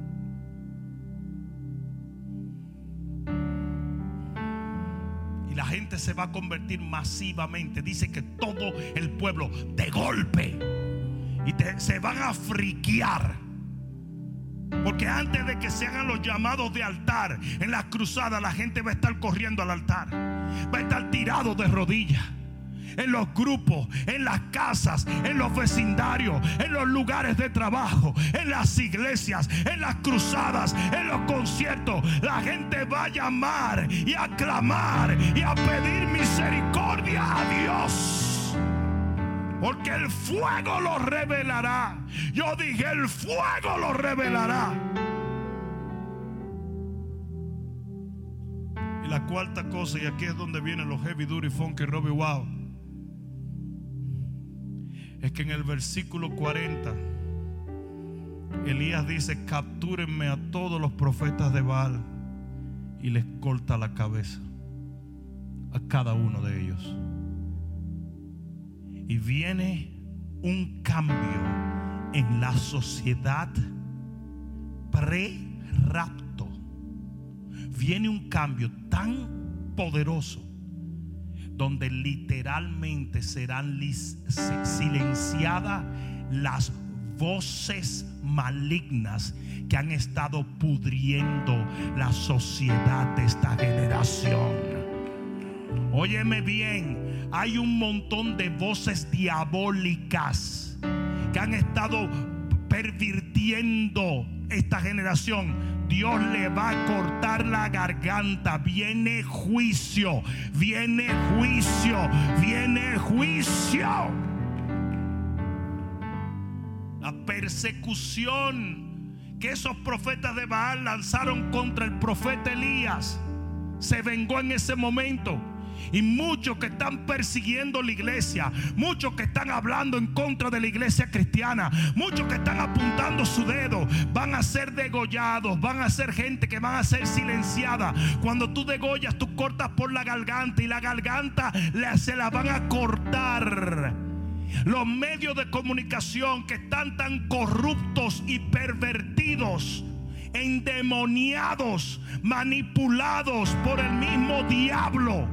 Y la gente se va a convertir masivamente. Dice que todo el pueblo de golpe. Y te, se van a friquear. Porque antes de que se hagan los llamados de altar en las cruzadas, la gente va a estar corriendo al altar. Va a estar tirado de rodillas. En los grupos, en las casas, en los vecindarios, en los lugares de trabajo, en las iglesias, en las cruzadas, en los conciertos. La gente va a llamar y a clamar y a pedir misericordia a Dios. Porque el fuego lo revelará. Yo dije, el fuego lo revelará. Y la cuarta cosa, y aquí es donde vienen los heavy duty, funky, Robbie Wow, es que en el versículo cuarenta Elías dice: captúrenme a todos los profetas de Baal, y les corta la cabeza a cada uno de ellos. Y viene un cambio en la sociedad pre-rapto. Viene un cambio tan poderoso donde literalmente serán silenciadas las voces malignas que han estado pudriendo la sociedad de esta generación. Óyeme bien, hay un montón de voces diabólicas que han estado pervirtiendo esta generación. Dios le va a cortar la garganta. Viene juicio, viene juicio, viene juicio. La persecución que esos profetas de Baal lanzaron contra el profeta Elías se vengó en ese momento. Y muchos que están persiguiendo la iglesia, muchos que están hablando en contra de la iglesia cristiana, muchos que están apuntando su dedo, van a ser degollados, van a ser gente que van a ser silenciada. Cuando tú degollas, tú cortas por la garganta, y la garganta se la van a cortar. Los medios de comunicación que están tan corruptos y pervertidos, endemoniados, manipulados por el mismo diablo,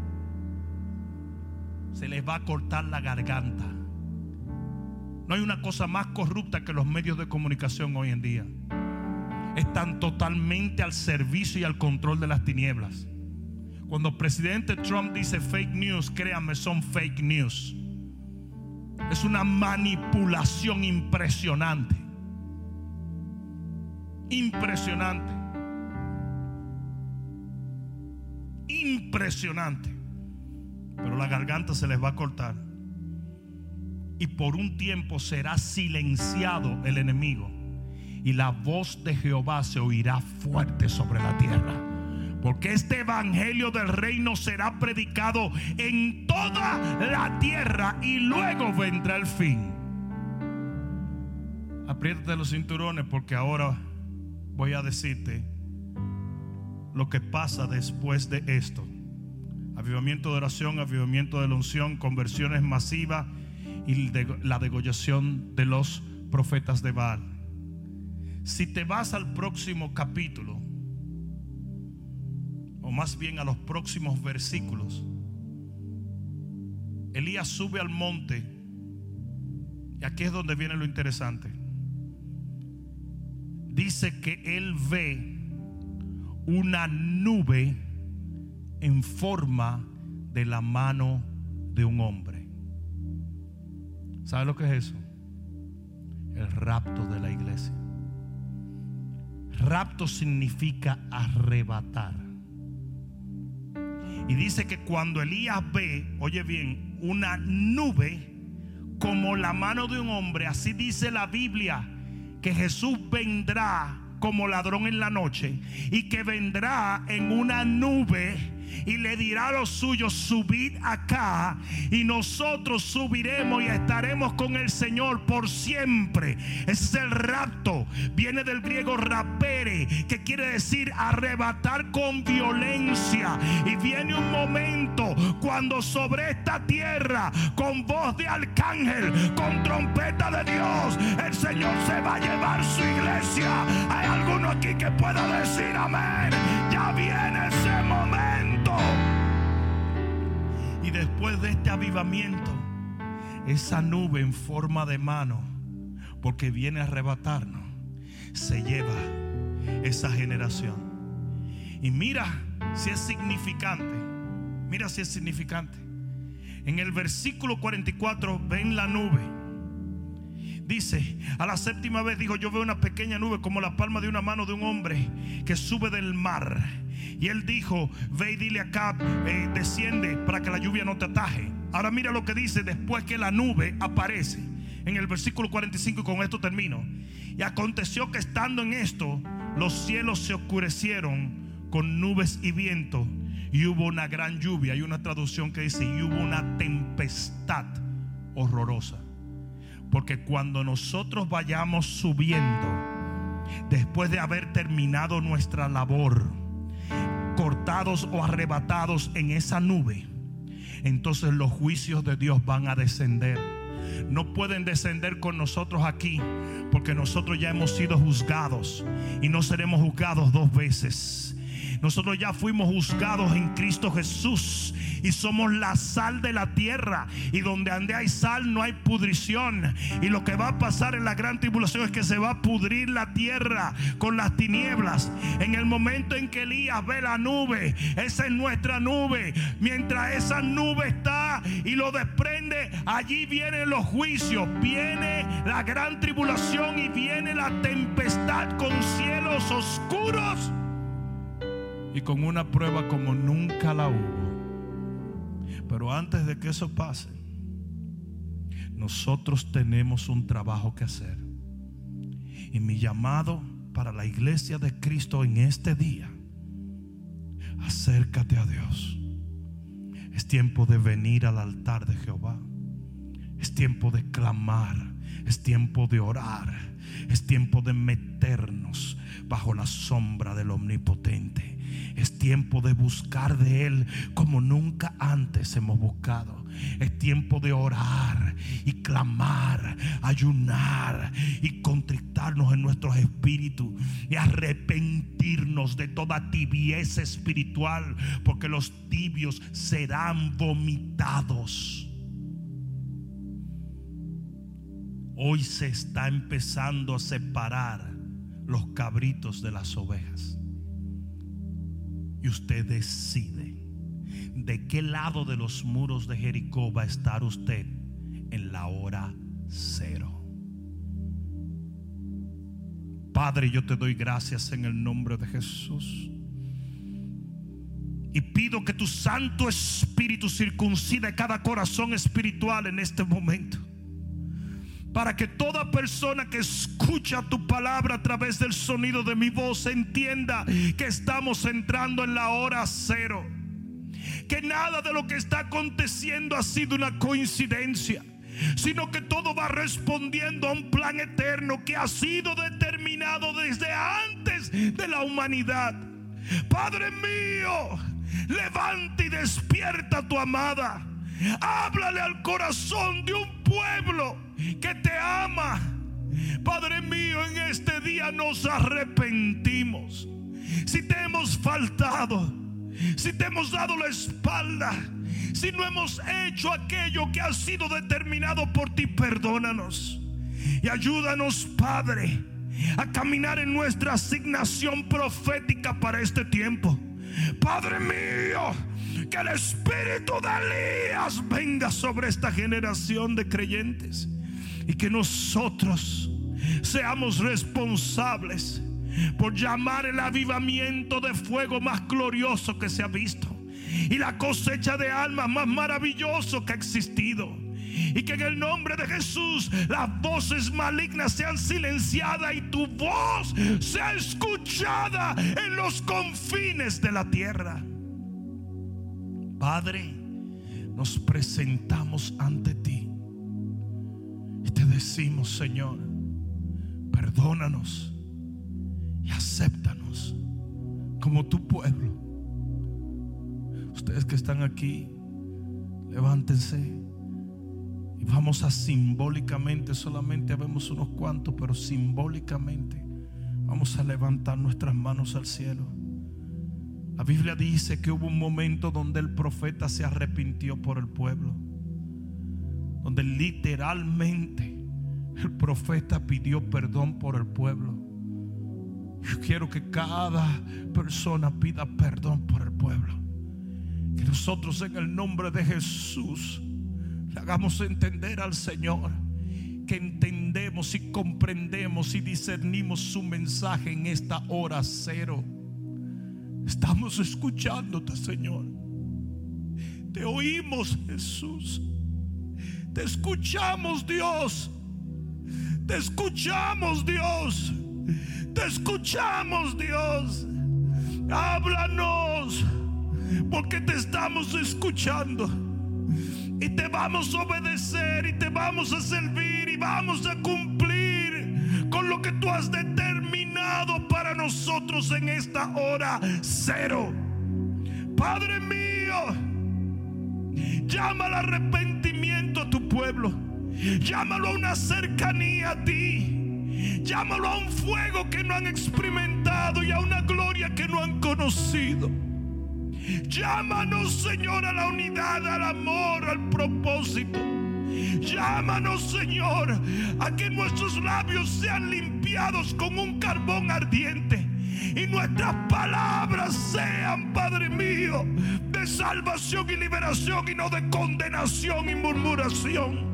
se les va a cortar la garganta. No hay una cosa más corrupta que los medios de comunicación hoy en día. Están totalmente al servicio y al control de las tinieblas. Cuando el presidente Trump dice fake news, créanme, son fake news. Es una manipulación impresionante. Impresionante. Impresionante. Pero la garganta se les va a cortar. Y por un tiempo será silenciado el enemigo. Y la voz de Jehová se oirá fuerte sobre la tierra. Porque este evangelio del reino será predicado en toda la tierra, y luego vendrá el fin. Apriétate los cinturones, porque ahora voy a decirte lo que pasa después de esto. Avivamiento de oración, avivamiento de la unción, conversiones masivas y la degollación de los profetas de Baal. Si te vas al próximo capítulo, o más bien a los próximos versículos, Elías sube al monte, y aquí es donde viene lo interesante. Dice que él ve una nube en forma de la mano de un hombre. ¿Sabe lo que es eso? El rapto de la iglesia. Rapto significa arrebatar. Y dice que cuando Elías ve, oye bien, una nube como la mano de un hombre, así dice la Biblia, que Jesús vendrá como ladrón en la noche, y que vendrá en una nube y le dirá a los suyos: subid acá, y nosotros subiremos y estaremos con el Señor por siempre. Ese es el rapto. Viene del griego rapere, que quiere decir arrebatar con violencia. Y viene un momento cuando sobre esta tierra, con voz de arcángel, con trompeta de Dios, el Señor se va a llevar su iglesia. Hay alguno aquí que pueda decir amén. Ya viene ese momento. Y después de este avivamiento, esa nube en forma de mano, porque viene a arrebatarnos, se lleva esa generación. Y mira si es significante. Mira si es significante. En el versículo cuarenta y cuatro ven la nube. Dice: a la séptima vez dijo: yo veo una pequeña nube como la palma de una mano de un hombre que sube del mar. Y él dijo: ve y dile a Acab, eh, desciende para que la lluvia no te ataje. Ahora mira lo que dice después que la nube aparece en el versículo cuarenta y cinco, y con esto termino. Y aconteció que estando en esto, los cielos se oscurecieron con nubes y viento, y hubo una gran lluvia. Hay una traducción que dice: y hubo una tempestad horrorosa. Porque cuando nosotros vayamos subiendo, después de haber terminado nuestra labor, cortados o arrebatados en esa nube, entonces los juicios de Dios van a descender. No pueden descender con nosotros aquí, porque nosotros ya hemos sido juzgados, y no seremos juzgados dos veces. Nosotros ya fuimos juzgados en Cristo Jesús y somos la sal de la tierra, y donde ande hay sal no hay pudrición. Y lo que va a pasar en la gran tribulación es que se va a pudrir la tierra con las tinieblas. En el momento en que Elías ve la nube, esa es nuestra nube. Mientras esa nube está y lo desprende, allí vienen los juicios, viene la gran tribulación y viene la tempestad con cielos oscuros y con una prueba como nunca la hubo. Pero antes de que eso pase, nosotros tenemos un trabajo que hacer. Y mi llamado para la iglesia de Cristo en este día: acércate a Dios. Es tiempo de venir al altar de Jehová. Es tiempo de clamar. Es tiempo de orar. Es tiempo de meternos bajo la sombra del Omnipotente. Es tiempo de buscar de Él como nunca antes hemos buscado. Es tiempo de orar y clamar, ayunar y contritarnos en nuestros espíritus y arrepentirnos de toda tibieza espiritual, porque los tibios serán vomitados. Hoy se está empezando a separar los cabritos de las ovejas. Y usted decide de qué lado de los muros de Jericó va a estar usted en la hora cero. Padre, yo te doy gracias en el nombre de Jesús. Y pido que tu Santo Espíritu circuncide cada corazón espiritual en este momento, para que toda persona que escucha tu palabra a través del sonido de mi voz entienda que estamos entrando en la hora cero. Que nada de lo que está aconteciendo ha sido una coincidencia, sino que todo va respondiendo a un plan eterno que ha sido determinado desde antes de la humanidad. Padre mío, levanta y despierta a tu amada. Háblale al corazón de un pueblo que te ama. Padre mío, en este día nos arrepentimos. Si te hemos faltado, si te hemos dado la espalda, si no hemos hecho aquello que ha sido determinado por ti, perdónanos. Y ayúdanos, Padre, a caminar en nuestra asignación profética para este tiempo. Padre mío, que el espíritu de Elías venga sobre esta generación de creyentes, y que nosotros seamos responsables por llamar el avivamiento de fuego más glorioso que se ha visto, y la cosecha de almas más maravilloso que ha existido. Y que en el nombre de Jesús las voces malignas sean silenciadas y tu voz sea escuchada en los confines de la tierra. Padre, nos presentamos ante ti y te decimos: Señor, perdónanos y acéptanos como tu pueblo. Ustedes que están aquí, levántense y vamos a simbólicamente, solamente vemos unos cuantos, pero simbólicamente vamos a levantar nuestras manos al cielo. La Biblia dice que hubo un momento donde el profeta se arrepintió por el pueblo, donde literalmente el profeta pidió perdón por el pueblo. Yo quiero que cada persona pida perdón por el pueblo. Que nosotros en el nombre de Jesús le hagamos entender al Señor que entendemos y comprendemos y discernimos su mensaje en esta hora cero. Estamos escuchándote, Señor. Te oímos, Jesús. Te escuchamos, Dios. Te escuchamos, Dios. Te escuchamos, Dios. Háblanos, porque te estamos escuchando. Y te vamos a obedecer, y te vamos a servir, y vamos a cumplir con lo que tú has determinado para nosotros en esta hora cero. Padre mío, llama al arrepentimiento a tu pueblo. Llámalo a una cercanía a ti. Llámalo a un fuego que no han experimentado y a una gloria que no han conocido. Llámanos, Señor, a la unidad, al amor, al propósito. Llámanos, Señor, a que nuestros labios sean limpiados con un carbón ardiente y nuestras palabras sean, Padre mío, de salvación y liberación y no de condenación y murmuración.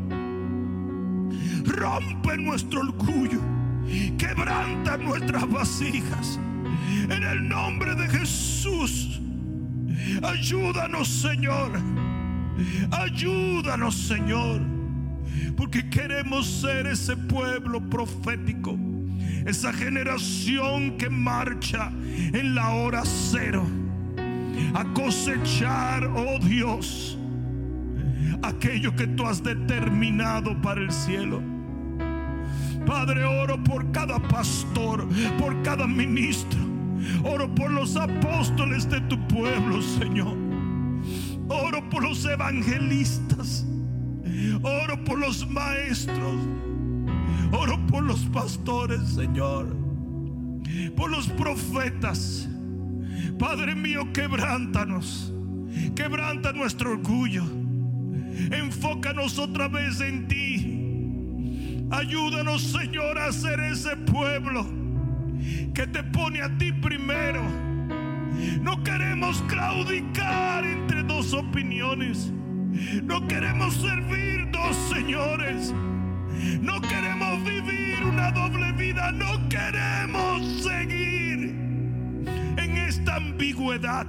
Rompe nuestro orgullo, quebranta nuestras vasijas en el nombre de Jesús. Ayúdanos, Señor. Ayúdanos, Señor, porque queremos ser ese pueblo profético, esa generación que marcha en la hora cero a cosechar, oh Dios, aquello que tú has determinado para el cielo. Padre, oro por cada pastor, por cada ministro. Oro por los apóstoles de tu pueblo, Señor. Oro por los evangelistas. Oro por los maestros. Oro por los pastores, Señor. Por los profetas. Padre mío, quebrántanos. Quebranta nuestro orgullo. Enfócanos otra vez en ti. Ayúdanos, Señor, a ser ese pueblo que te pone a ti primero. No queremos claudicar entre dos opiniones. No queremos servir dos señores. No queremos vivir una doble vida. No queremos seguir en esta ambigüedad.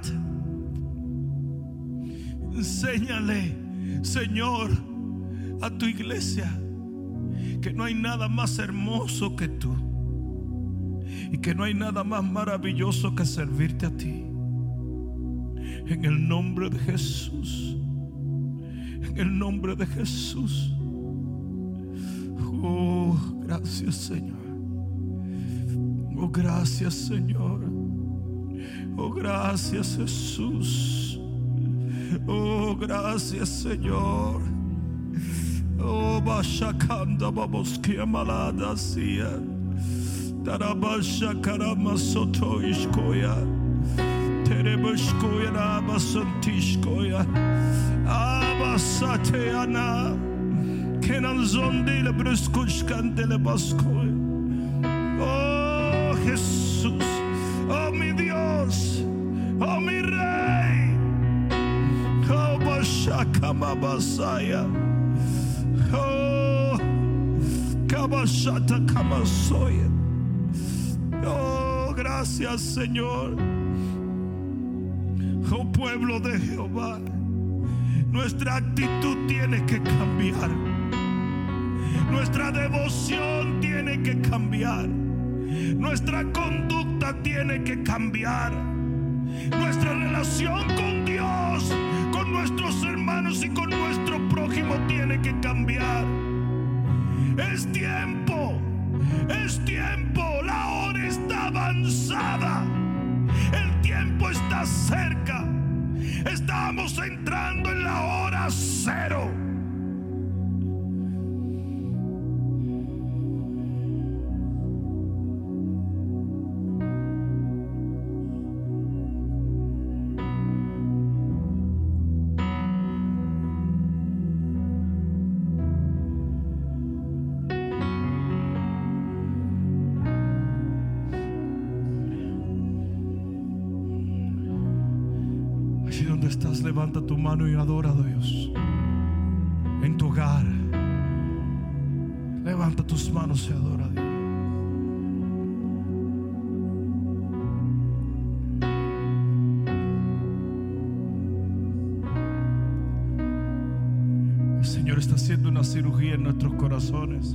Enséñale, Señor, a tu iglesia que no hay nada más hermoso que tú y que no hay nada más maravilloso que servirte a ti. En el nombre de Jesús. En el nombre de Jesús. Oh, gracias, Señor. Oh, gracias, Señor. Oh, gracias, Jesús. Oh, gracias, Señor. Oh, bashakanda baboskia malada sia. Darabasha karamasoto ishkoya. Terebashkoya abasantishkoya. Abasateana. Kenanzondi le bruskushkante le baskoya. Oh, Jesús. Oh, mi Dios. Oh, mi Rey. Oh, bashakama basaya. Oh, kabashata kamasoya. Oh, gracias, Señor. Oh, pueblo de Jehová, nuestra actitud tiene que cambiar. Nuestra devoción tiene que cambiar. Nuestra conducta tiene que cambiar. Nuestra relación con Dios, con nuestros hermanos y con nuestro prójimo tiene que cambiar. Es tiempo, es tiempo. La hora está avanzada. El tiempo está cerca. Estamos entrando en la hora cero. Levanta tu mano y adora a Dios. En tu hogar, levanta tus manos y adora a Dios. El Señor está haciendo una cirugía en nuestros corazones.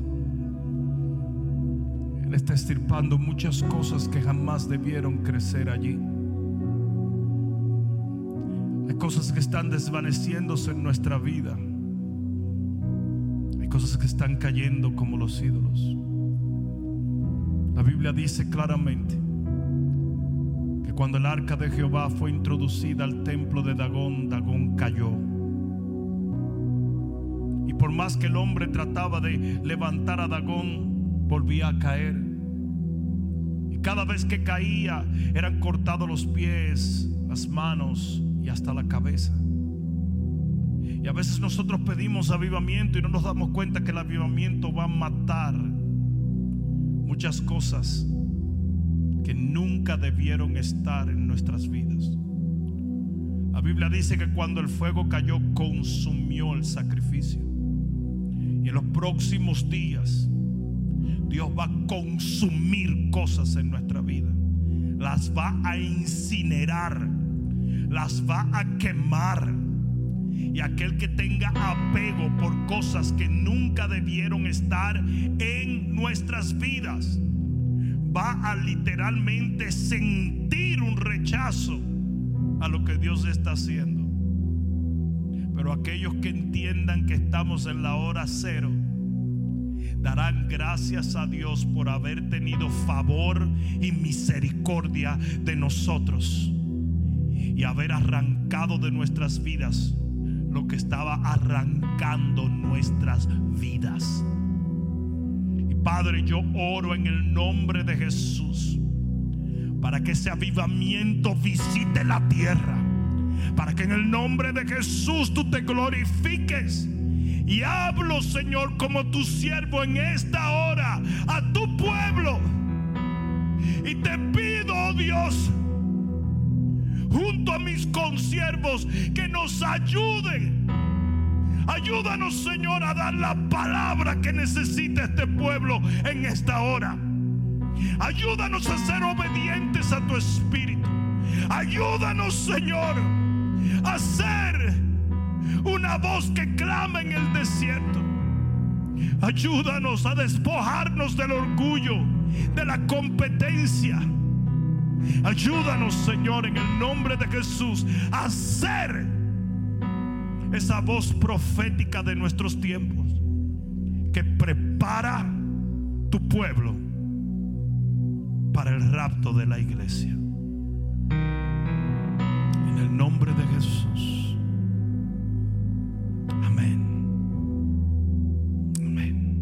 Él está extirpando muchas cosas que jamás debieron crecer allí. Cosas que están desvaneciéndose en nuestra vida. Hay cosas que están cayendo como los ídolos. La Biblia dice claramente que cuando el arca de Jehová fue introducida al templo de Dagón, Dagón cayó. Y por más que el hombre trataba de levantar a Dagón, volvía a caer. cada vez que caía eran cortados los pies, las manos y hasta la cabeza. Y a veces nosotros pedimos avivamiento y no nos damos cuenta que el avivamiento va a matar muchas cosas que nunca debieron estar en nuestras vidas. La Biblia dice que cuando el fuego cayó, consumió el sacrificio. Y en los próximos días Dios va a consumir cosas en nuestra vida. Las va a incinerar, las va a quemar. Y aquel que tenga apego por cosas que nunca debieron estar en nuestras vidas, va a literalmente sentir un rechazo a lo que Dios está haciendo. Pero aquellos que entiendan que estamos en la hora cero darán gracias a Dios por haber tenido favor y misericordia de nosotros y haber arrancado de nuestras vidas lo que estaba arrancando nuestras vidas. Y Padre, yo oro en el nombre de Jesús para que ese avivamiento visite la tierra, para que en el nombre de Jesús tú te glorifiques. Y hablo, Señor, como tu siervo en esta hora a tu pueblo. Y te pido, oh Dios, junto a mis consiervos, que nos ayuden. Ayúdanos, Señor, a dar la palabra que necesita este pueblo en esta hora. Ayúdanos a ser obedientes a tu espíritu. Ayúdanos, Señor, a ser una voz que clama en el desierto. Ayúdanos a despojarnos del orgullo, de la competencia. Ayúdanos, Señor, en el nombre de Jesús, a ser esa voz profética de nuestros tiempos, que prepara tu pueblo para el rapto de la iglesia. En el nombre de Jesús. Amén. Amén.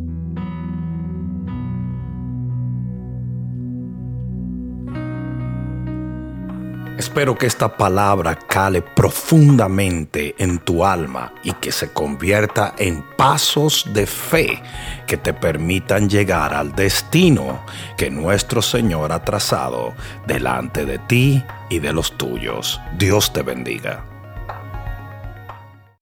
Espero que esta palabra cale profundamente en tu alma y que se convierta en pasos de fe que te permitan llegar al destino que nuestro Señor ha trazado delante de ti y de los tuyos. Dios te bendiga.